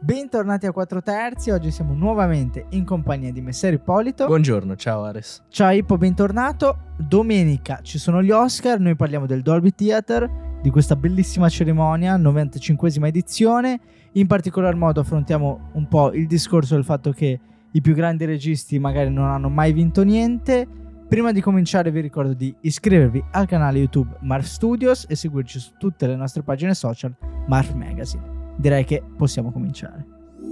Bentornati a 4 terzi, oggi siamo nuovamente in compagnia di Messer Ippolito. Buongiorno, ciao Ares. Ciao Ippo, bentornato. Domenica ci sono gli Oscar, noi parliamo del Dolby Theatre, di questa bellissima cerimonia, 95esima edizione. In particolar modo affrontiamo un po' il discorso del fatto che i più grandi registi magari non hanno mai vinto niente. Prima di cominciare vi ricordo di iscrivervi al canale YouTube Marf Studios e seguirci su tutte le nostre pagine social Marf Magazine. Direi che possiamo cominciare.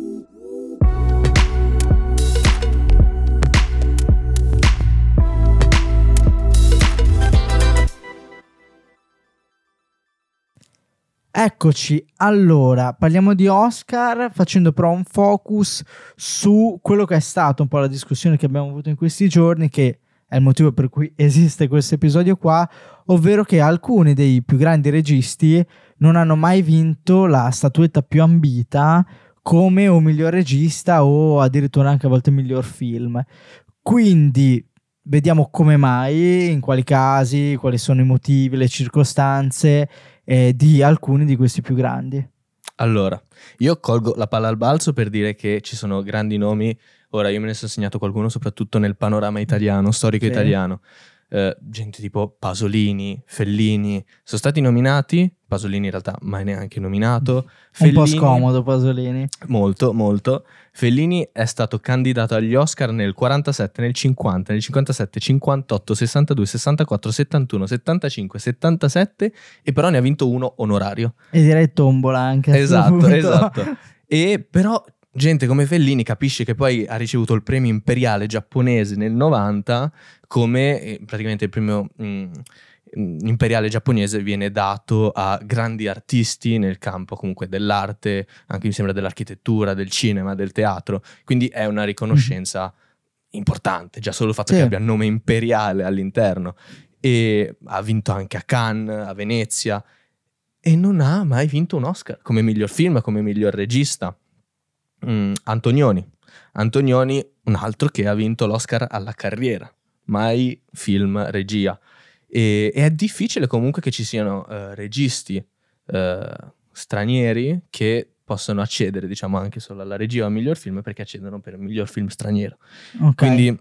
Eccoci, allora parliamo di Oscar facendo però un focus su quello che è stato un po' la discussione che abbiamo avuto in questi giorni, che è il motivo per cui esiste questo episodio qua, ovvero che alcuni dei più grandi registi non hanno mai vinto la statuetta più ambita come o miglior regista o addirittura anche a volte miglior film. Quindi vediamo come mai, in quali casi, quali sono i motivi, le circostanze di alcuni di questi più grandi. Allora, io colgo la palla al balzo per dire che ci sono grandi nomi. Ora io me ne sono segnato qualcuno soprattutto nel panorama italiano, storico italiano. Gente tipo Pasolini, Fellini, sono stati nominati. Pasolini in realtà mai neanche nominato. Fellini, un po' scomodo Pasolini. Molto, molto. Fellini è stato candidato agli Oscar nel 47, nel 50, nel 57, 58, 62, 64, 71, 75, 77 e però ne ha vinto uno onorario. E direi tombola anche. Esatto. E però gente come Fellini capisce che poi ha ricevuto il premio imperiale giapponese nel 90 come praticamente il premio imperiale giapponese viene dato a grandi artisti nel campo comunque dell'arte, anche mi sembra dell'architettura, del cinema, del teatro, quindi è una riconoscenza importante, già solo il fatto che abbia nome imperiale all'interno, e ha vinto anche a Cannes, a Venezia, e non ha mai vinto un Oscar come miglior film, come miglior regista. Antonioni, un altro che ha vinto l'Oscar alla carriera, mai film, regia. E è difficile comunque che ci siano registi stranieri che possono accedere, diciamo, anche solo alla regia o al miglior film, perché accedono per il miglior film straniero. Okay. Quindi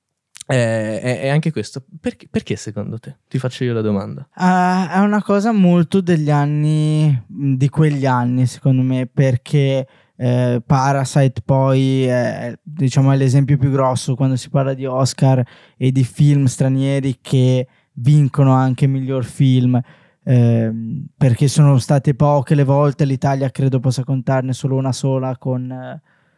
è anche questo. Perché secondo te? Ti faccio io la domanda. È una cosa molto degli anni, di quegli anni secondo me, perché Parasite poi diciamo è l'esempio più grosso quando si parla di Oscar e di film stranieri che vincono anche miglior film, perché sono state poche le volte. L'Italia credo possa contarne solo una sola con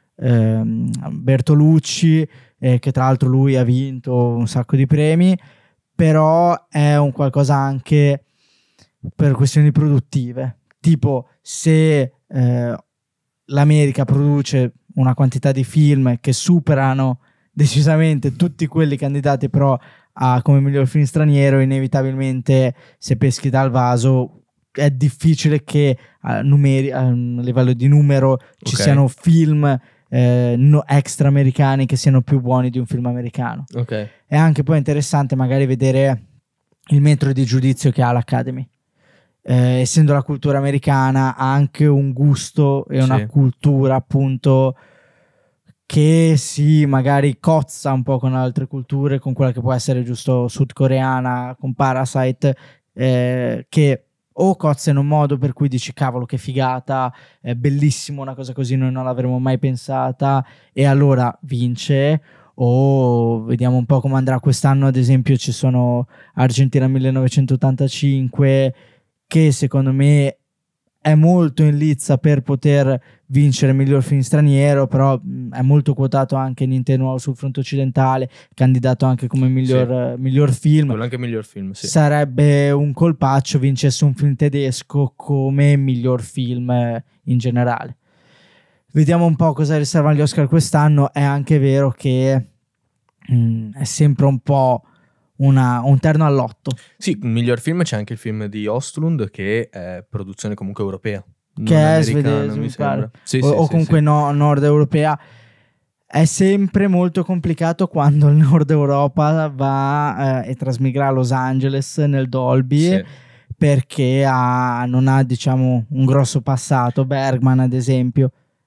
Bertolucci, che tra l'altro lui ha vinto un sacco di premi, però è un qualcosa anche per questioni produttive, tipo se l'America produce una quantità di film che superano decisamente tutti quelli candidati però come miglior film straniero, inevitabilmente se peschi dal vaso è difficile che a livello di numero ci siano film extra americani che siano più buoni di un film americano. È anche poi interessante magari vedere il metro di giudizio che ha l'Academy. Essendo la cultura americana ha anche un gusto e una cultura appunto che si magari cozza un po' con altre culture, con quella che può essere giusto sudcoreana con Parasite, che o cozza in un modo per cui dici cavolo che figata, è bellissimo, una cosa così noi non l'avremmo mai pensata e allora vince, o vediamo un po' come andrà quest'anno. Ad esempio ci sono Argentina 1985 che secondo me è molto in lizza per poter vincere miglior film straniero, però è molto quotato anche Nintendo sul fronte occidentale, candidato anche come miglior film. Quello anche miglior film, sì. Sarebbe un colpaccio vincesse un film tedesco come miglior film in generale. Vediamo un po' cosa riservano gli Oscar quest'anno. È anche vero che è sempre un po' un terno all'otto. Sì, il miglior film c'è anche il film di Östlund che è produzione comunque europea, che è svedese mi sembra, o comunque nord europea. È sempre molto complicato quando il Nord Europa va e trasmigra a Los Angeles nel Dolby, perché non ha diciamo un grosso passato. Bergman ad esempio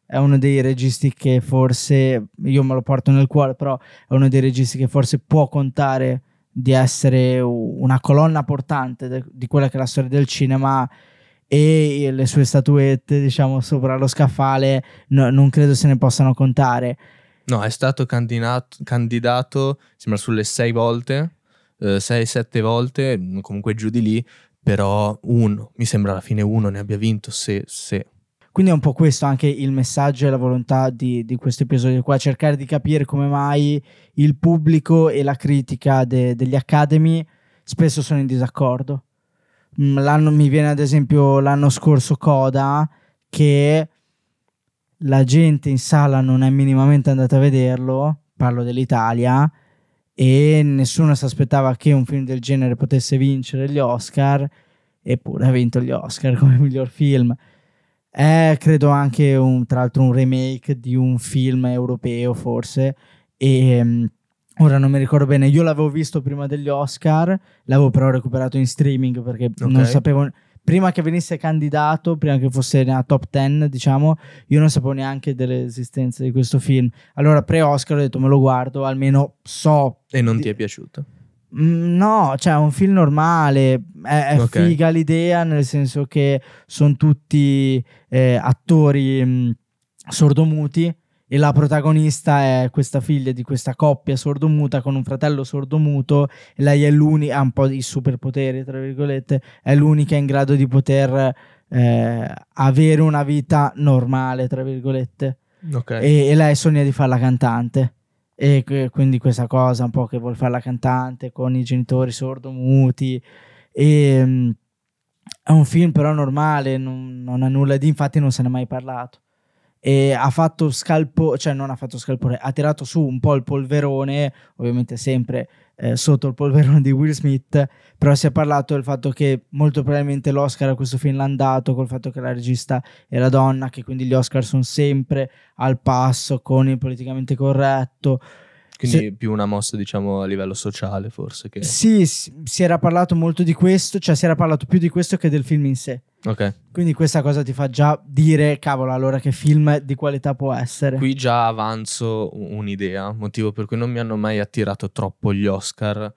è uno dei registi che forse, io me lo porto nel cuore, però è uno dei registi che forse può contare di essere una colonna portante di quella che è la storia del cinema, e le sue statuette, diciamo, sopra lo scaffale non credo se ne possano contare. No, è stato candidato, sembra sulle 6 volte, 6-7 volte, comunque giù di lì, però mi sembra alla fine uno ne abbia vinto, se. Quindi è un po' questo anche il messaggio e la volontà di questo episodio qua, cercare di capire come mai il pubblico e la critica degli Academy spesso sono in disaccordo. Mi viene ad esempio l'anno scorso Coda, che la gente in sala non è minimamente andata a vederlo, parlo dell'Italia, e nessuno si aspettava che un film del genere potesse vincere gli Oscar, eppure ha vinto gli Oscar come miglior film. È credo anche tra l'altro un remake di un film europeo forse, e ora non mi ricordo bene, io l'avevo visto prima degli Oscar, l'avevo però recuperato in streaming perché non sapevo, prima che venisse candidato, prima che fosse nella top 10 diciamo, io non sapevo neanche dell'esistenza di questo film. Allora pre-Oscar ho detto me lo guardo, almeno so. E non ti è piaciuto? No, cioè è un film normale, è figa l'idea, nel senso che sono tutti attori sordomuti, e la protagonista è questa figlia di questa coppia sordomuta con un fratello sordomuto, e lei è l'unica, ha un po' di superpoteri tra virgolette, è l'unica in grado di poter avere una vita normale tra virgolette, e lei sogna di fare la cantante. E quindi questa cosa un po' che vuol fare la cantante con i genitori sordomuti, e è un film però normale, non ha nulla di, infatti non se ne è mai parlato, e ha fatto non ha fatto scalpore, ha tirato su un po' il polverone, ovviamente sempre sotto il polverone di Will Smith, però si è parlato del fatto che molto probabilmente l'Oscar a questo film l'ha dato col fatto che la regista era donna, che quindi gli Oscar sono sempre al passo con il politicamente corretto. Quindi più una mossa, diciamo, a livello sociale, forse. Che... Sì, si era parlato molto di questo, cioè si era parlato più di questo che del film in sé. Quindi questa cosa ti fa già dire, cavolo, allora che film di qualità può essere. Qui già avanzo un'idea, motivo per cui non mi hanno mai attirato troppo gli Oscar,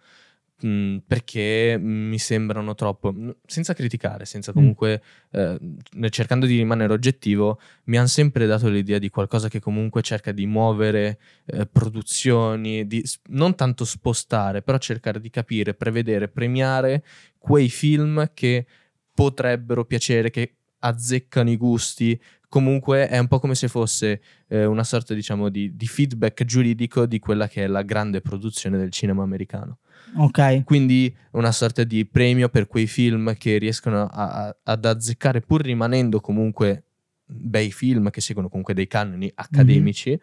perché mi sembrano troppo, senza criticare, senza comunque cercando di rimanere oggettivo, mi hanno sempre dato l'idea di qualcosa che comunque cerca di muovere produzioni, di non tanto spostare, però cercare di capire, prevedere, premiare quei film che potrebbero piacere, che azzeccano i gusti. Comunque è un po' come se fosse una sorta, diciamo, di feedback giuridico di quella che è la grande produzione del cinema americano. Quindi una sorta di premio per quei film che riescono ad azzeccare, pur rimanendo comunque bei film che seguono comunque dei canoni accademici,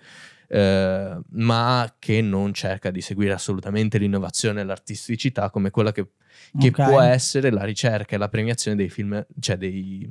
ma che non cerca di seguire assolutamente l'innovazione e l'artisticità come quella che può essere la ricerca e la premiazione dei film, cioè dei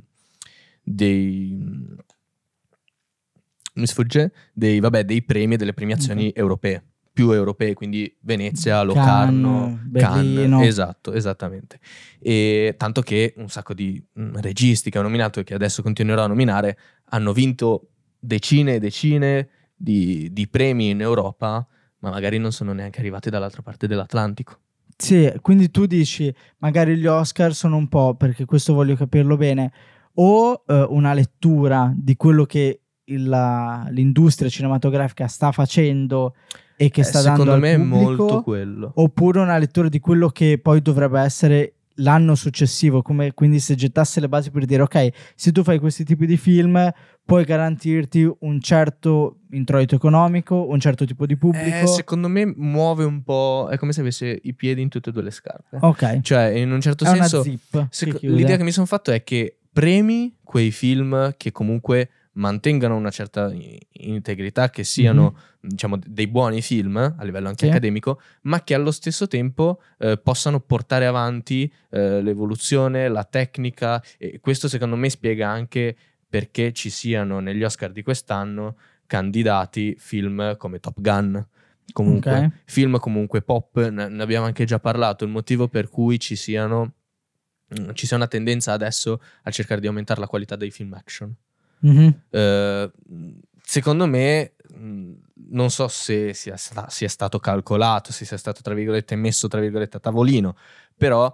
mi sfugge, dei premi e delle premiazioni europee, più europee, quindi Venezia, Locarno, Berlino. Cannes, esattamente. E tanto che un sacco di registi che ho nominato e che adesso continuerò a nominare hanno vinto decine e decine di premi in Europa, ma magari non sono neanche arrivati dall'altra parte dell'Atlantico. Sì, quindi tu dici magari gli Oscar sono un po', perché questo voglio capirlo bene, o una lettura di quello che l'industria cinematografica sta facendo e che sta dando al pubblico, secondo me è molto quello, oppure una lettura di quello che poi dovrebbe essere l'anno successivo, come quindi se gettasse le basi per dire ok, se tu fai questi tipi di film puoi garantirti un certo introito economico, un certo tipo di pubblico. Secondo me muove un po', è come se avesse i piedi in tutte e due le scarpe. Cioè in un certo senso una zip l'idea che mi sono fatto è che premi quei film che comunque mantengano una certa integrità, che siano diciamo dei buoni film a livello anche accademico, ma che allo stesso tempo possano portare avanti l'evoluzione, la tecnica, e questo secondo me spiega anche perché ci siano negli Oscar di quest'anno candidati film come Top Gun, comunque film comunque pop, ne abbiamo anche già parlato, il motivo per cui ci sia una tendenza adesso a cercare di aumentare la qualità dei film action. secondo me, non so se sia stato calcolato, se sia stato tra virgolette messo tra virgolette a tavolino, però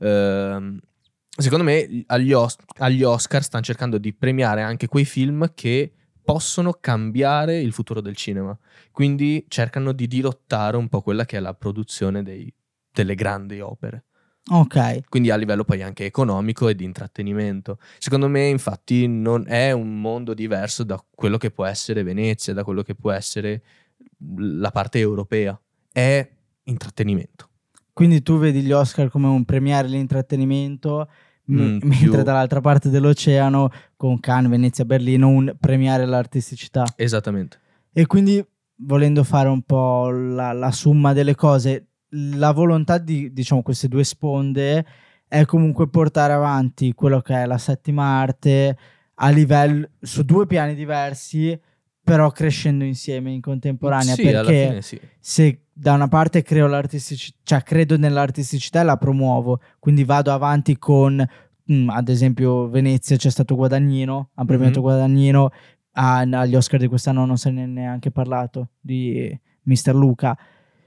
secondo me agli Oscar stanno cercando di premiare anche quei film che possono cambiare il futuro del cinema, quindi cercano di dirottare un po' quella che è la produzione delle grandi opere. Ok. Quindi a livello poi anche economico e di intrattenimento. Secondo me, infatti, non è un mondo diverso da quello che può essere Venezia, da quello che può essere la parte europea. È intrattenimento. Quindi tu vedi gli Oscar come un premiare l'intrattenimento, mentre dall'altra parte dell'oceano, con Cannes, Venezia, Berlino, un premiare l'artisticità. Esattamente. E quindi, volendo fare un po' la somma delle cose, la volontà di, diciamo, queste due sponde è comunque portare avanti quello che è la settima arte a livello, su due piani diversi, però crescendo insieme in contemporanea. Sì, perché alla fine sì. Se da una parte creo l'artisticità, cioè credo nell'artisticità e la promuovo, quindi vado avanti con ad esempio Venezia, c'è stato Guadagnino, ha premiato Guadagnino, agli Oscar di quest'anno non se ne è neanche parlato di Mr. Luca.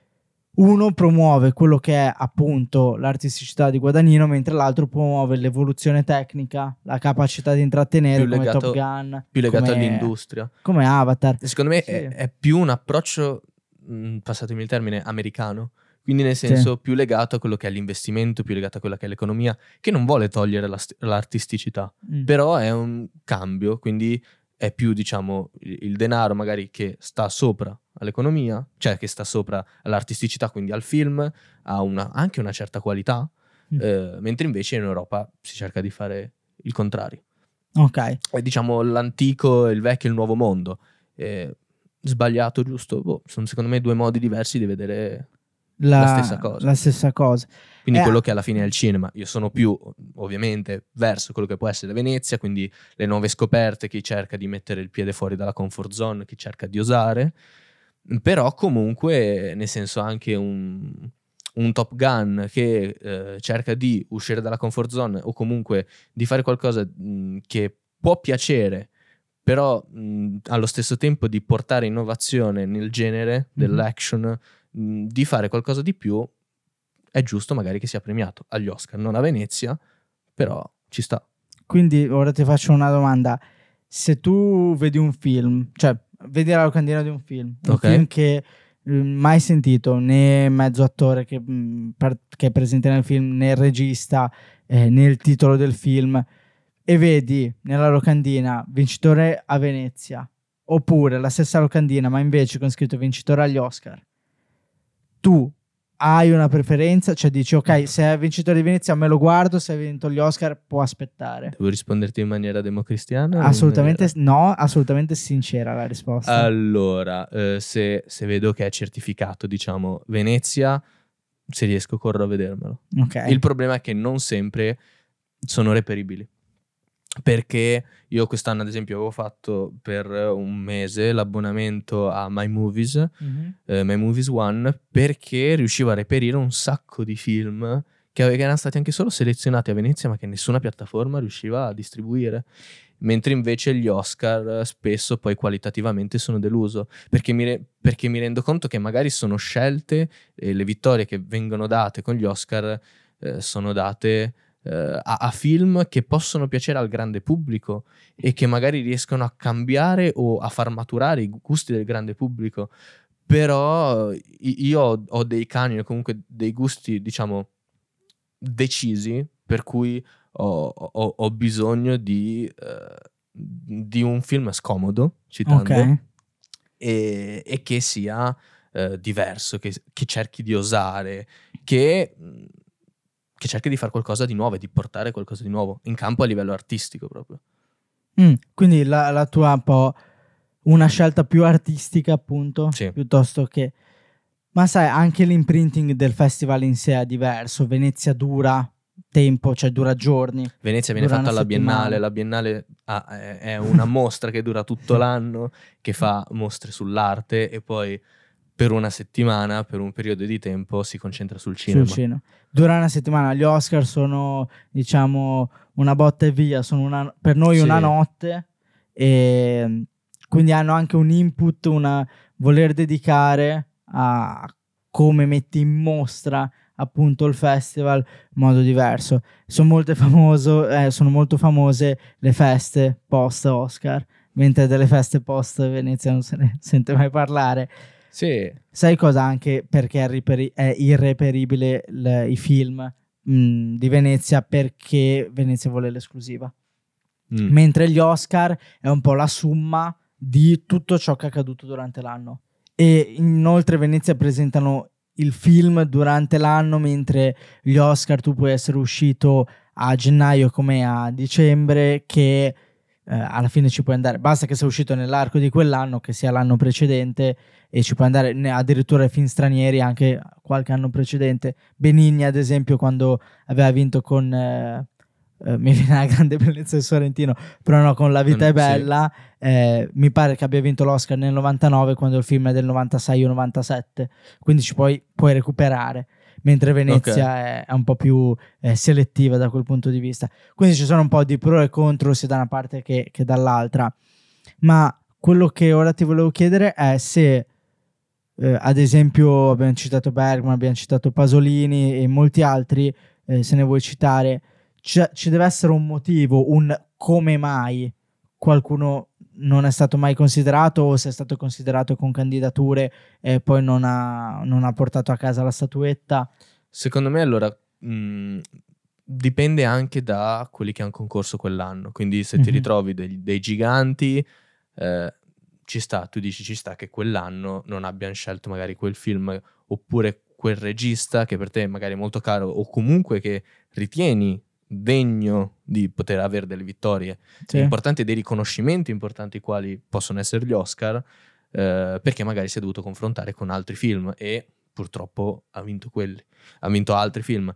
Uno promuove quello che è appunto l'artisticità di Guadagnino, mentre l'altro promuove l'evoluzione tecnica, la capacità di intrattenere, più come legato, Top Gun, più legato come all'industria. Come Avatar. Secondo me Sì. è più un approccio, passatemi il termine, americano. Quindi nel senso più legato a quello che è l'investimento, più legato a quella che è l'economia, che non vuole togliere l'artisticità, però è un cambio, quindi è più, diciamo, il denaro magari che sta sopra all'economia, cioè che sta sopra all'artisticità, quindi al film, ha anche una certa qualità, mentre invece in Europa si cerca di fare il contrario. Ok. È, diciamo, l'antico, il vecchio e il nuovo mondo. Sbagliato, giusto? Sono secondo me due modi diversi di vedere la stessa cosa. La stessa cosa. Quindi quello che alla fine è il cinema. Io sono più, ovviamente, verso quello che può essere Venezia, quindi le nuove scoperte, chi cerca di mettere il piede fuori dalla comfort zone, chi cerca di osare, però comunque, nel senso, anche un Top Gun che cerca di uscire dalla comfort zone o comunque di fare qualcosa che può piacere, però allo stesso tempo di portare innovazione nel genere dell'action, di fare qualcosa di più, è giusto magari che sia premiato agli Oscar, non a Venezia, però ci sta. Quindi ora ti faccio una domanda: se tu vedi un film, cioè vedi la locandina di un film, film che mai sentito, né mezzo attore che è presente nel film, né il regista, né il titolo del film, e vedi nella locandina vincitore a Venezia, oppure la stessa locandina ma invece con scritto vincitore agli Oscar, tu hai una preferenza? Cioè dici ok, se è vincitore di Venezia me lo guardo, se ha vinto gli Oscar può aspettare? Devo risponderti in maniera democristiana? Assolutamente no, assolutamente sincera la risposta. Allora, se vedo che è certificato, diciamo, Venezia, se riesco corro a vedermelo. Okay. Il problema è che non sempre sono reperibili. Perché io quest'anno, ad esempio, avevo fatto per un mese l'abbonamento a My Movies, My Movies One, perché riuscivo a reperire un sacco di film che erano stati anche solo selezionati a Venezia, ma che nessuna piattaforma riusciva a distribuire. Mentre invece gli Oscar spesso poi qualitativamente sono deluso, perché mi rendo conto che magari sono scelte e le vittorie che vengono date con gli Oscar sono date a film che possono piacere al grande pubblico e che magari riescono a cambiare o a far maturare i gusti del grande pubblico. Però io ho dei canoni o comunque dei gusti, diciamo, decisi, per cui ho bisogno di un film scomodo, citando, e che sia diverso, che cerchi di osare, che cerchi di fare qualcosa di nuovo e di portare qualcosa di nuovo in campo a livello artistico proprio. Quindi la tua è un po' una scelta più artistica, appunto, sì, piuttosto che... Ma sai, anche l'imprinting del festival in sé è diverso. Venezia dura tempo, cioè dura giorni. Venezia viene fatta alla Biennale. La Biennale è una mostra che dura tutto l'anno, che fa mostre sull'arte e poi per una settimana, per un periodo di tempo, si concentra sul cinema. Dura una settimana. Gli Oscar sono, diciamo, una botta e via, sono per noi una notte, e quindi hanno anche un input, una voler dedicare a come metti in mostra appunto il festival in modo diverso. Sono molto famose le feste post Oscar, mentre delle feste post Venezia non se ne sente mai parlare. Sì. Sai cosa? Anche perché è irreperibile i film di Venezia, perché Venezia vuole l'esclusiva. Mentre gli Oscar è un po' la somma di tutto ciò che è accaduto durante l'anno. E inoltre Venezia presentano il film durante l'anno, mentre gli Oscar tu puoi essere uscito a gennaio come a dicembre, che alla fine ci puoi andare, basta che sei uscito nell'arco di quell'anno, che sia l'anno precedente, e ci puoi andare addirittura ai film stranieri anche qualche anno precedente. Benigni ad esempio, quando aveva vinto con mi viene la grande bellezza del Sorrentino, però no, con La vita è bella, sì. Mi pare che abbia vinto l'Oscar nel 99, quando il film è del 96 o 97, quindi puoi recuperare, mentre Venezia è un po' più selettiva da quel punto di vista. Quindi ci sono un po' di pro e contro sia da una parte che dall'altra. Ma quello che ora ti volevo chiedere è se ad esempio abbiamo citato Bergman, abbiamo citato Pasolini e molti altri, se ne vuoi citare, ci deve essere un motivo, un come mai qualcuno non è stato mai considerato, o se è stato considerato con candidature e poi non ha portato a casa la statuetta? Secondo me allora dipende anche da quelli che hanno concorso quell'anno, quindi se ti ritrovi dei giganti, ci sta, tu dici ci sta che quell'anno non abbiano scelto magari quel film oppure quel regista che per te magari è molto caro, o comunque che ritieni degno di poter avere delle vittorie importanti, dei riconoscimenti importanti quali possono essere gli Oscar, perché magari si è dovuto confrontare con altri film e purtroppo ha vinto altri film.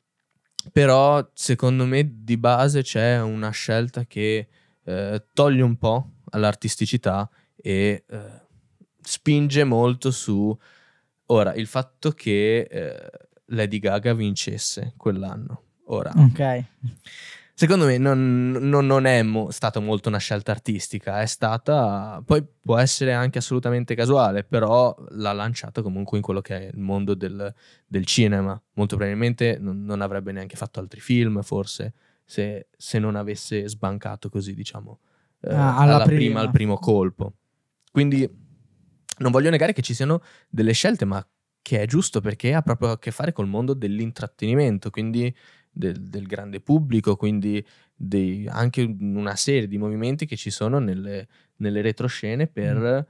Però secondo me di base c'è una scelta che toglie un po' all'artisticità e spinge molto su ora il fatto che Lady Gaga vincesse quell'anno. Ora, secondo me non è stata molto una scelta artistica, è stata, poi può essere anche assolutamente casuale, però l'ha lanciata comunque in quello che è il mondo del cinema. Molto probabilmente non avrebbe neanche fatto altri film, forse, se non avesse sbancato così, diciamo, al primo colpo. Quindi non voglio negare che ci siano delle scelte, ma che è giusto, perché ha proprio a che fare col mondo dell'intrattenimento, quindi del grande pubblico, quindi anche una serie di movimenti che ci sono nelle retroscene per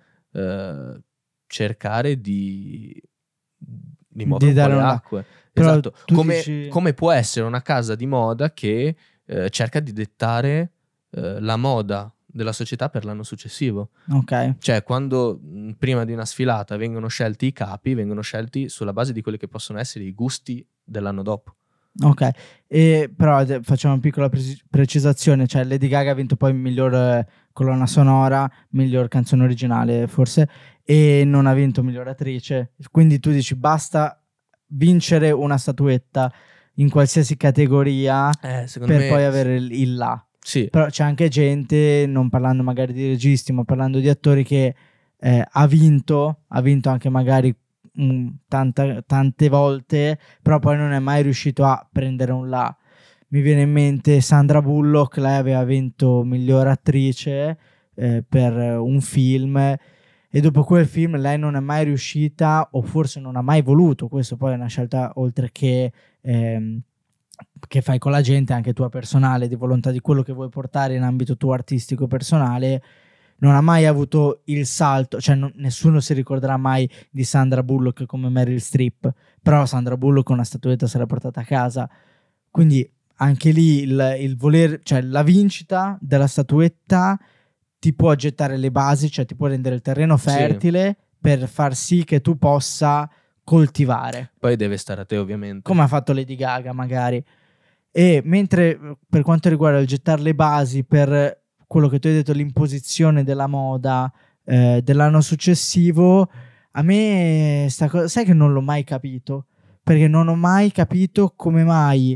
cercare di muovere un po' le acque. Esatto. Come può essere una casa di moda che cerca di dettare la moda della società per l'anno successivo. Cioè, quando prima di una sfilata vengono scelti i capi, vengono scelti sulla base di quelli che possono essere i gusti dell'anno dopo. Però facciamo una piccola precisazione, cioè Lady Gaga ha vinto poi miglior colonna sonora, miglior canzone originale forse, e non ha vinto miglior attrice. Quindi tu dici basta vincere una statuetta in qualsiasi categoria per poi avere il là. Sì. Però c'è anche gente, non parlando magari di registi ma parlando di attori, che ha vinto anche magari tante volte, però poi non è mai riuscito a prendere un là. Mi viene in mente Sandra Bullock, lei aveva vinto miglior attrice per un film, e dopo quel film lei non è mai riuscita, o forse non ha mai voluto, questo poi è una scelta oltre che fai con la gente, anche tua personale, di volontà di quello che vuoi portare in ambito tuo artistico personale. Non ha mai avuto il salto, cioè nessuno si ricorderà mai di Sandra Bullock come Meryl Streep, però Sandra Bullock una statuetta se l'ha portata a casa. Quindi anche lì il voler, cioè la vincita della statuetta ti può gettare le basi, cioè ti può rendere il terreno fertile per far sì che tu possa coltivare. Poi deve stare a te, ovviamente, come ha fatto Lady Gaga magari. E mentre per quanto riguarda il gettare le basi per quello che tu hai detto, l'imposizione della moda dell'anno successivo, a me sta cosa, sai che non l'ho mai capito, perché non ho mai capito come mai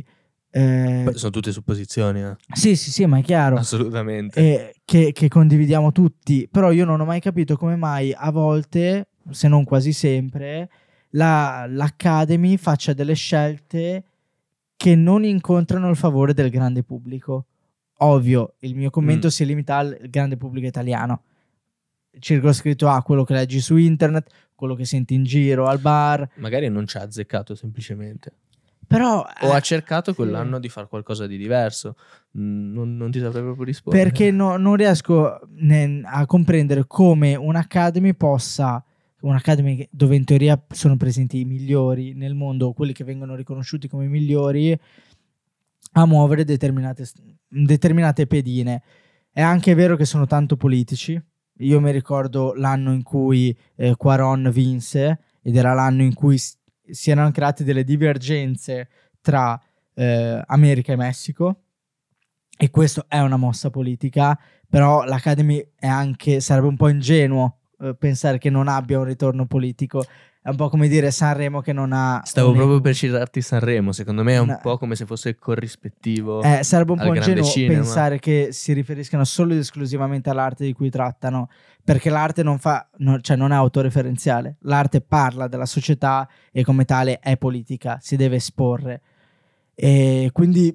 Sono tutte supposizioni, Sì, ma è chiaro. Assolutamente. Che condividiamo tutti, però io non ho mai capito come mai a volte, se non quasi sempre, l'Academy faccia delle scelte che non incontrano il favore del grande pubblico. Ovvio, il mio commento si limita al grande pubblico italiano, circoscritto a quello che leggi su internet, quello che senti in giro al bar. Magari non ci ha azzeccato semplicemente. Però o ha cercato sì, quell'anno di fare qualcosa di diverso. Non ti saprei proprio rispondere. perché non riesco a comprendere come un'Academy dove in teoria sono presenti i migliori nel mondo, quelli che vengono riconosciuti come migliori, a muovere determinate pedine. È anche vero che sono tanto politici. Io mi ricordo l'anno in cui Cuarón vinse, ed era l'anno in cui si erano create delle divergenze tra America e Messico, e questo è una mossa politica, però l'Academy sarebbe un po' ingenuo pensare che non abbia un ritorno politico. È un po' come dire Sanremo che non ha... Stavo proprio per citarti Sanremo, secondo me è un po' come se fosse il corrispettivo sarebbe un po' ingenuo cinema. pensare che si riferiscano solo ed esclusivamente all'arte di cui trattano, perché l'arte non è autoreferenziale. L'arte parla della società e come tale è politica, si deve esporre. E quindi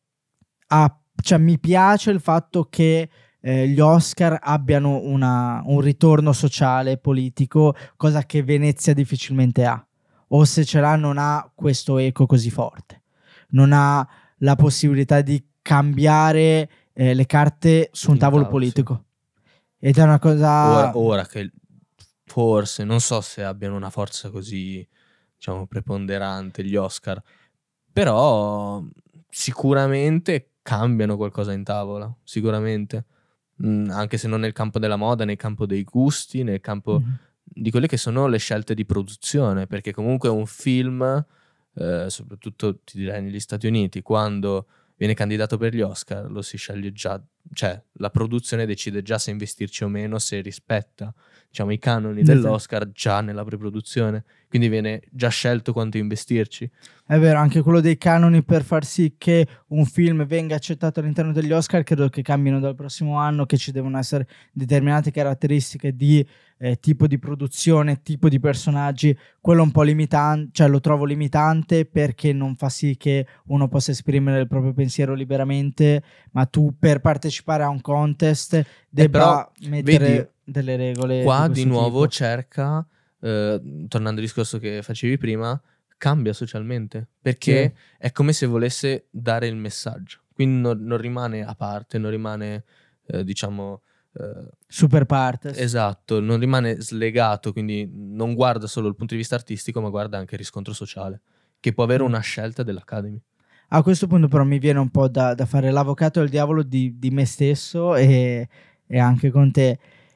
mi piace il fatto che gli Oscar abbiano un ritorno sociale, politico, cosa che Venezia difficilmente ha, o se ce l'ha non ha questo eco così forte, non ha la possibilità di cambiare le carte su un tavolo politico, sì. Ed è una cosa... Ora che forse, non so se abbiano una forza così, diciamo, preponderante gli Oscar, però sicuramente cambiano qualcosa in tavola, sicuramente. Anche se non nel campo della moda, nel campo dei gusti, nel campo di quelle che sono le scelte di produzione, perché comunque un film, soprattutto ti direi negli Stati Uniti, quando viene candidato per gli Oscar lo si sceglie già, cioè la produzione decide già se investirci o meno, se rispetta, diciamo, i canoni dell'Oscar già nella preproduzione, quindi viene già scelto quanto investirci. È vero, anche quello dei canoni per far sì che un film venga accettato all'interno degli Oscar credo che cambino dal prossimo anno, che ci devono essere determinate caratteristiche di tipo di produzione, tipo di personaggi. Quello un po' limitante, cioè lo trovo limitante perché non fa sì che uno possa esprimere il proprio pensiero liberamente, ma tu per partecipare a un contest debba mettere vedi, delle regole. Qua di nuovo tipo. Cerca, tornando al discorso che facevi prima, cambia socialmente, perché è come se volesse dare il messaggio, quindi non rimane a parte, non rimane diciamo super partes. Esatto, non rimane slegato, quindi non guarda solo il punto di vista artistico, ma guarda anche il riscontro sociale, che può avere una scelta dell'Academy. A questo punto però mi viene un po' da fare l'avvocato del diavolo di me stesso e anche con te.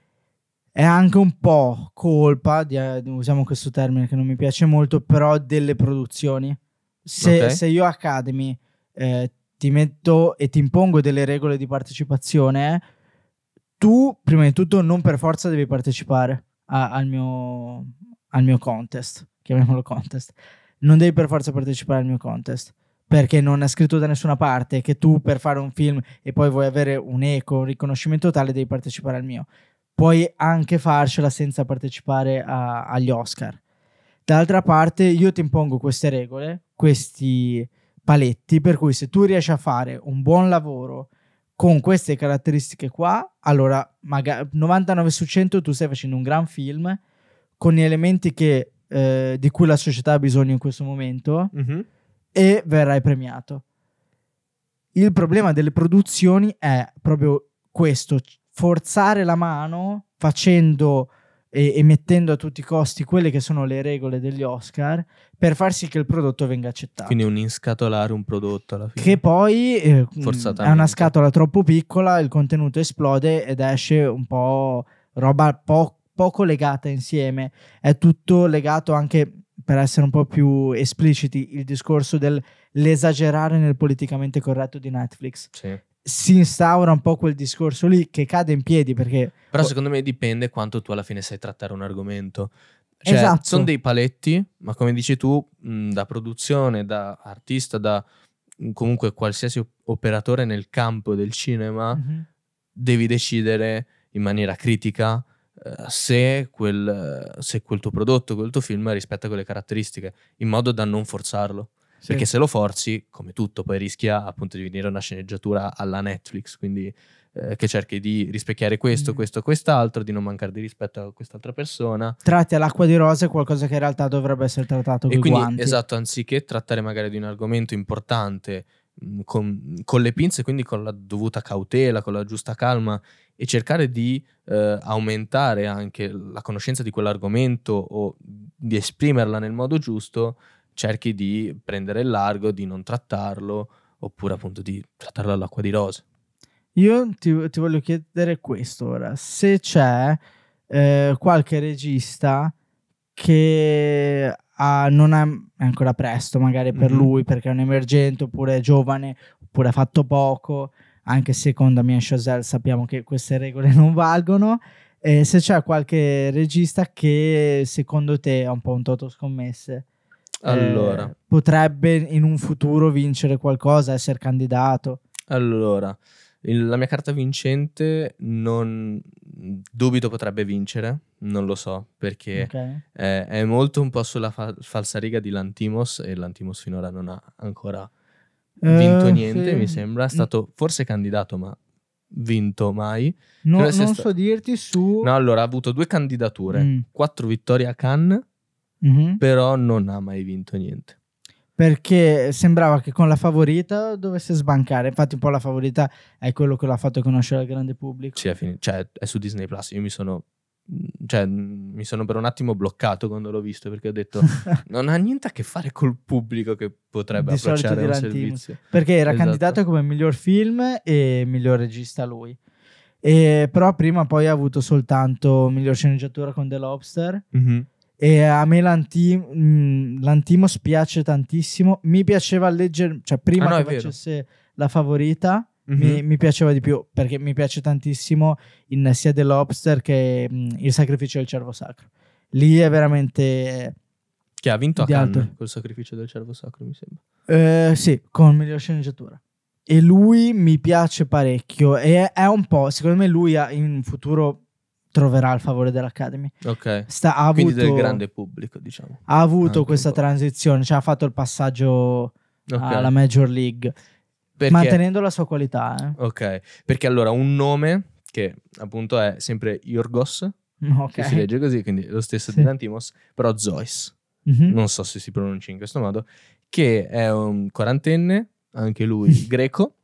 È anche un po' colpa, usiamo questo termine che non mi piace molto, però delle produzioni. Se io Academy ti metto e ti impongo delle regole di partecipazione, tu prima di tutto non per forza devi partecipare al mio contest, chiamiamolo contest. Non devi per forza partecipare al mio contest, perché non è scritto da nessuna parte che tu per fare un film e poi vuoi avere un eco, un riconoscimento tale, devi partecipare al mio. Puoi anche farcela senza partecipare agli Oscar. Dall'altra parte io ti impongo queste regole, questi paletti, per cui se tu riesci a fare un buon lavoro con queste caratteristiche qua, allora magari 99 su 100 tu stai facendo un gran film con gli elementi di cui la società ha bisogno in questo momento, e verrai premiato. Il problema delle produzioni è proprio questo: forzare la mano facendo e mettendo a tutti i costi quelle che sono le regole degli Oscar per far sì che il prodotto venga accettato. Quindi un inscatolare un prodotto alla fine. Che poi è una scatola troppo piccola, il contenuto esplode ed esce un po' roba poco legata insieme. È tutto legato anche, per essere un po' più espliciti, il discorso dell'esagerare nel politicamente corretto di Netflix. Sì. Si instaura un po' quel discorso lì che cade in piedi, perché però secondo me dipende quanto tu alla fine sai trattare un argomento. Cioè, esatto. Sono dei paletti, ma come dici tu, da produzione, da artista, da comunque qualsiasi operatore nel campo del cinema, devi decidere in maniera critica se quel tuo prodotto, quel tuo film rispetta quelle caratteristiche, in modo da non forzarlo. Sì. Perché se lo forzi, come tutto, poi rischia appunto di venire una sceneggiatura alla Netflix, quindi che cerchi di rispecchiare questo, quest'altro, di non mancare di rispetto a quest'altra persona. Tratti all'acqua di rose qualcosa che in realtà dovrebbe essere trattato con i quindi, guanti. esatto, anziché trattare magari di un argomento importante con le pinze, quindi con la dovuta cautela, con la giusta calma, e cercare di aumentare anche la conoscenza di quell'argomento o di esprimerla nel modo giusto, cerchi di prendere il largo, di non trattarlo, oppure appunto di trattarlo all'acqua di rose. Io ti voglio chiedere questo ora, se c'è qualche regista che non è ancora presto magari per lui, perché è un emergente, oppure è giovane, oppure ha fatto poco, anche se con Damien Chazelle sappiamo che queste regole non valgono, se c'è qualche regista che secondo te è un po' un toto scommesse, allora, potrebbe in un futuro vincere qualcosa, essere candidato. Allora, la mia carta vincente non dubito potrebbe vincere, non lo so, perché è molto un po' sulla falsariga di Lanthimos, e Lanthimos finora non ha ancora vinto niente, sì. Mi sembra. È stato forse candidato, ma vinto mai. Non so dirti su... No, allora ha avuto 2 candidature, 4 vittorie a Cannes, però non ha mai vinto niente. Perché sembrava che con La Favorita dovesse sbancare. Infatti un po' La Favorita è quello che l'ha fatto conoscere al grande pubblico. Sì, è su Disney Plus. Io mi sono per un attimo bloccato quando l'ho visto, perché ho detto non ha niente a che fare col pubblico che potrebbe Di approcciare un servizio. Perché era candidato come miglior film e miglior regista lui. Però prima poi ha avuto soltanto miglior sceneggiatura con The Lobster. E a me Lanthimos piace tantissimo. Mi piaceva leggere, cioè prima che facesse La Favorita, mi piaceva di più, perché mi piace tantissimo in sia The Lobster che Il sacrificio del cervo sacro. Lì è veramente... Che ha vinto a Cannes col sacrificio del cervo sacro, mi sembra. Sì, con miglior sceneggiatura. E lui mi piace parecchio. E è un po', secondo me lui in futuro troverà il favore dell'Academy. Ok. Ha quindi avuto, del grande pubblico, diciamo. Ha avuto questa transizione, cioè ha fatto il passaggio alla Major League, mantenendo la sua qualità. Ok, perché allora un nome che appunto è sempre Yorgos, che si legge così, quindi lo stesso di Lanthimos, però Zois, non so se si pronuncia in questo modo, che è un quarantenne, anche lui greco,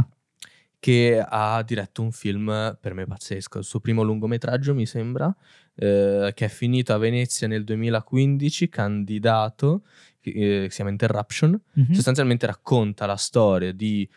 che ha diretto un film per me pazzesco, il suo primo lungometraggio mi sembra, che è finito a Venezia nel 2015, candidato, si chiama Interruption. Sostanzialmente racconta la storia di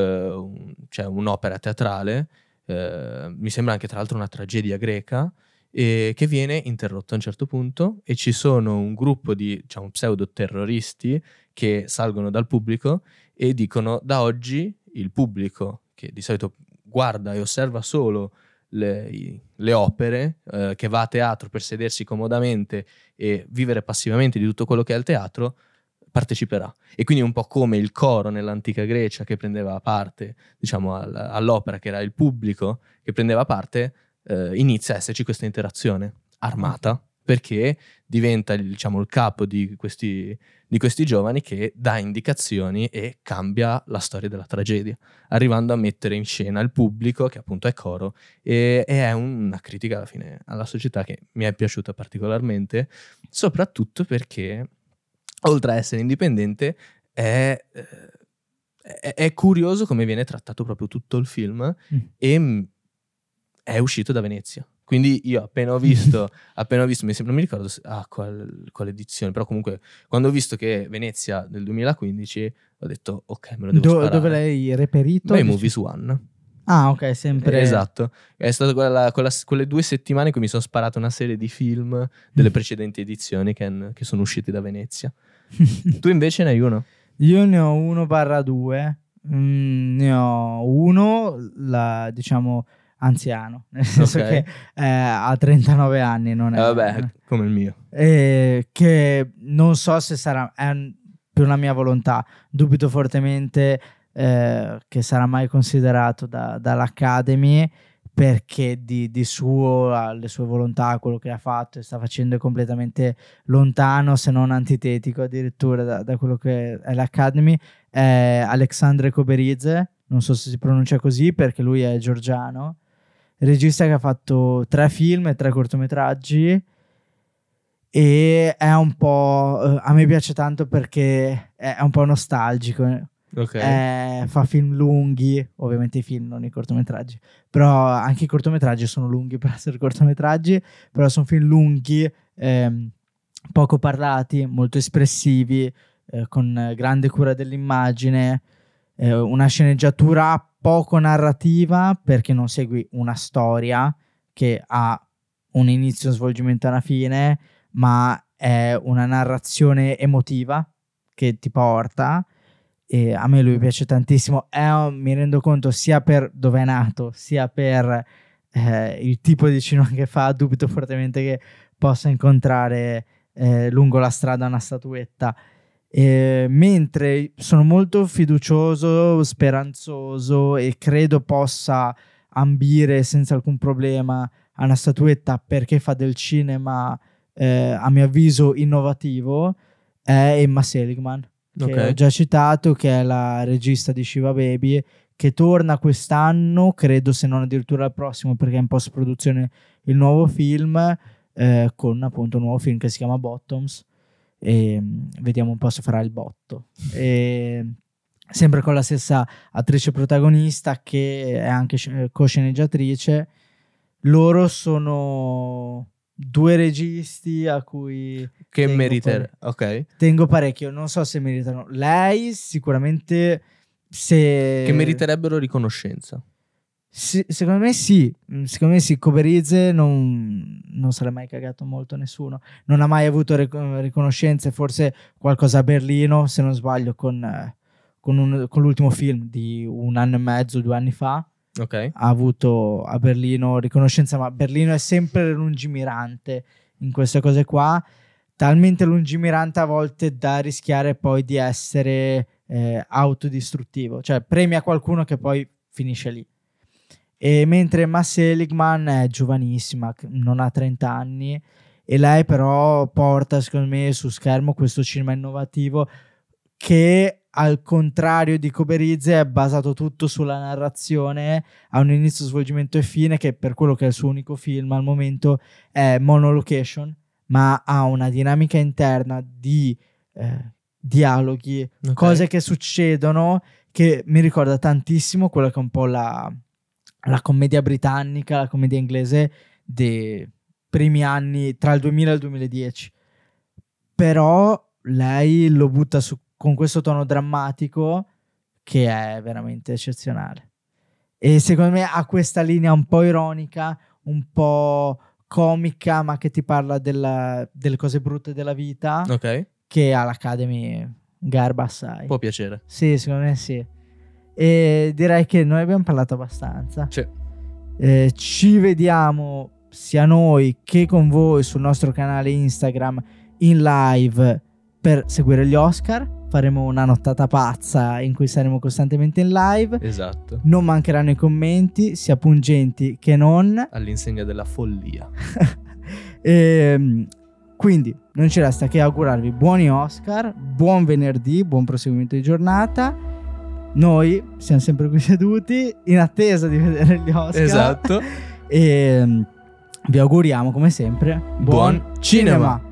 un'opera teatrale, mi sembra anche tra l'altro una tragedia greca, che viene interrotta a un certo punto, e ci sono un gruppo di pseudo terroristi che salgono dal pubblico e dicono: da oggi il pubblico, che di solito guarda e osserva solo le opere, che va a teatro per sedersi comodamente e vivere passivamente di tutto quello che è il teatro, parteciperà. E quindi un po' come il coro nell'antica Grecia che prendeva parte, all'opera, che era il pubblico che prendeva parte, inizia a esserci questa interazione armata, perché diventa il capo di questi giovani, che dà indicazioni e cambia la storia della tragedia, arrivando a mettere in scena il pubblico, che appunto è coro, e è una critica alla fine alla società che mi è piaciuta particolarmente, soprattutto perché oltre a essere indipendente è curioso come viene trattato proprio tutto il film, e è uscito da Venezia. Quindi io appena ho visto, mi sembra, non mi ricordo quale edizione, però comunque quando ho visto che Venezia del 2015, ho detto ok, me lo devo sparare. Dove l'hai reperito? Beh, Movies One. Ah, ok, sempre. Esatto. È stato quelle 2 settimane in cui mi sono sparato una serie di film delle precedenti edizioni che sono usciti da Venezia. Tu invece ne hai uno? Io ne ho 1/2. Ne ho uno, anziano, nel senso che ha 39 anni, non è... vabbè, come il mio. Che non so se sarà... più una mia volontà. Dubito fortemente che sarà mai considerato dall'Academy, perché di suo, le sue volontà, quello che ha fatto e sta facendo è completamente lontano, se non antitetico addirittura da quello che è l'Academy. Alexandre Koberidze, non so se si pronuncia così perché lui è georgiano, regista che ha fatto 3 film e 3 cortometraggi, e è un po' a me piace tanto perché è un po' nostalgico. Fa film lunghi, ovviamente i film, non i cortometraggi, però anche i cortometraggi sono lunghi per essere cortometraggi, però sono film lunghi, poco parlati, molto espressivi, con grande cura dell'immagine, una sceneggiatura poco narrativa perché non segui una storia che ha un inizio, un svolgimento e una fine, ma è una narrazione emotiva che ti porta. E a me lui piace tantissimo, mi rendo conto, sia per dove è nato, sia per il tipo di cinema che fa, dubito fortemente che possa incontrare lungo la strada una statuetta. Mentre sono molto fiducioso, speranzoso e credo possa ambire senza alcun problema a una statuetta perché fa del cinema, a mio avviso, innovativo, è Emma Seligman, che ho già citato, che è la regista di Shiva Baby, che torna quest'anno, credo, se non addirittura il prossimo, perché è in post produzione il nuovo film, con appunto un nuovo film che si chiama Bottoms, e vediamo un po' se farà il botto, e sempre con la stessa attrice protagonista che è anche co-sceneggiatrice. Loro sono 2 registi a cui che meritano, tengo parecchio. Non so se meritano. Lei sicuramente, se che meriterebbero riconoscenza. Secondo me sì. Koberidze non se l'è mai cagato molto nessuno, non ha mai avuto riconoscenze, forse qualcosa a Berlino, se non sbaglio, con l'ultimo film di 1 anno e mezzo, 2 anni fa. Ha avuto a Berlino riconoscenza, ma Berlino è sempre lungimirante in queste cose qua, talmente lungimirante a volte da rischiare poi di essere autodistruttivo, cioè premia qualcuno che poi finisce lì. E mentre Emma Seligman è giovanissima, non ha 30 anni, e lei però porta, secondo me, su schermo questo cinema innovativo che, al contrario di Koberidze, è basato tutto sulla narrazione, ha un inizio, svolgimento e fine, che per quello che è il suo unico film al momento è monolocation, ma ha una dinamica interna di dialoghi, cose che succedono, che mi ricorda tantissimo quella che è un po' la commedia britannica, la commedia inglese dei primi anni, tra il 2000 e il 2010. Però lei lo butta su con questo tono drammatico che è veramente eccezionale. E secondo me ha questa linea un po' ironica, un po' comica, ma che ti parla delle cose brutte della vita, che all'Academy garba assai. Può piacere. Sì, secondo me sì. E direi che noi abbiamo parlato abbastanza. Ci vediamo sia noi che con voi sul nostro canale Instagram in live per seguire gli Oscar. Faremo una nottata pazza in cui saremo costantemente in live. Esatto. Non mancheranno i commenti, sia pungenti che non, all'insegna della follia. Quindi non ci resta che augurarvi buoni Oscar, buon venerdì, buon proseguimento di giornata. Noi siamo sempre qui seduti in attesa di vedere gli Oscar. Esatto. E vi auguriamo come sempre buon cinema.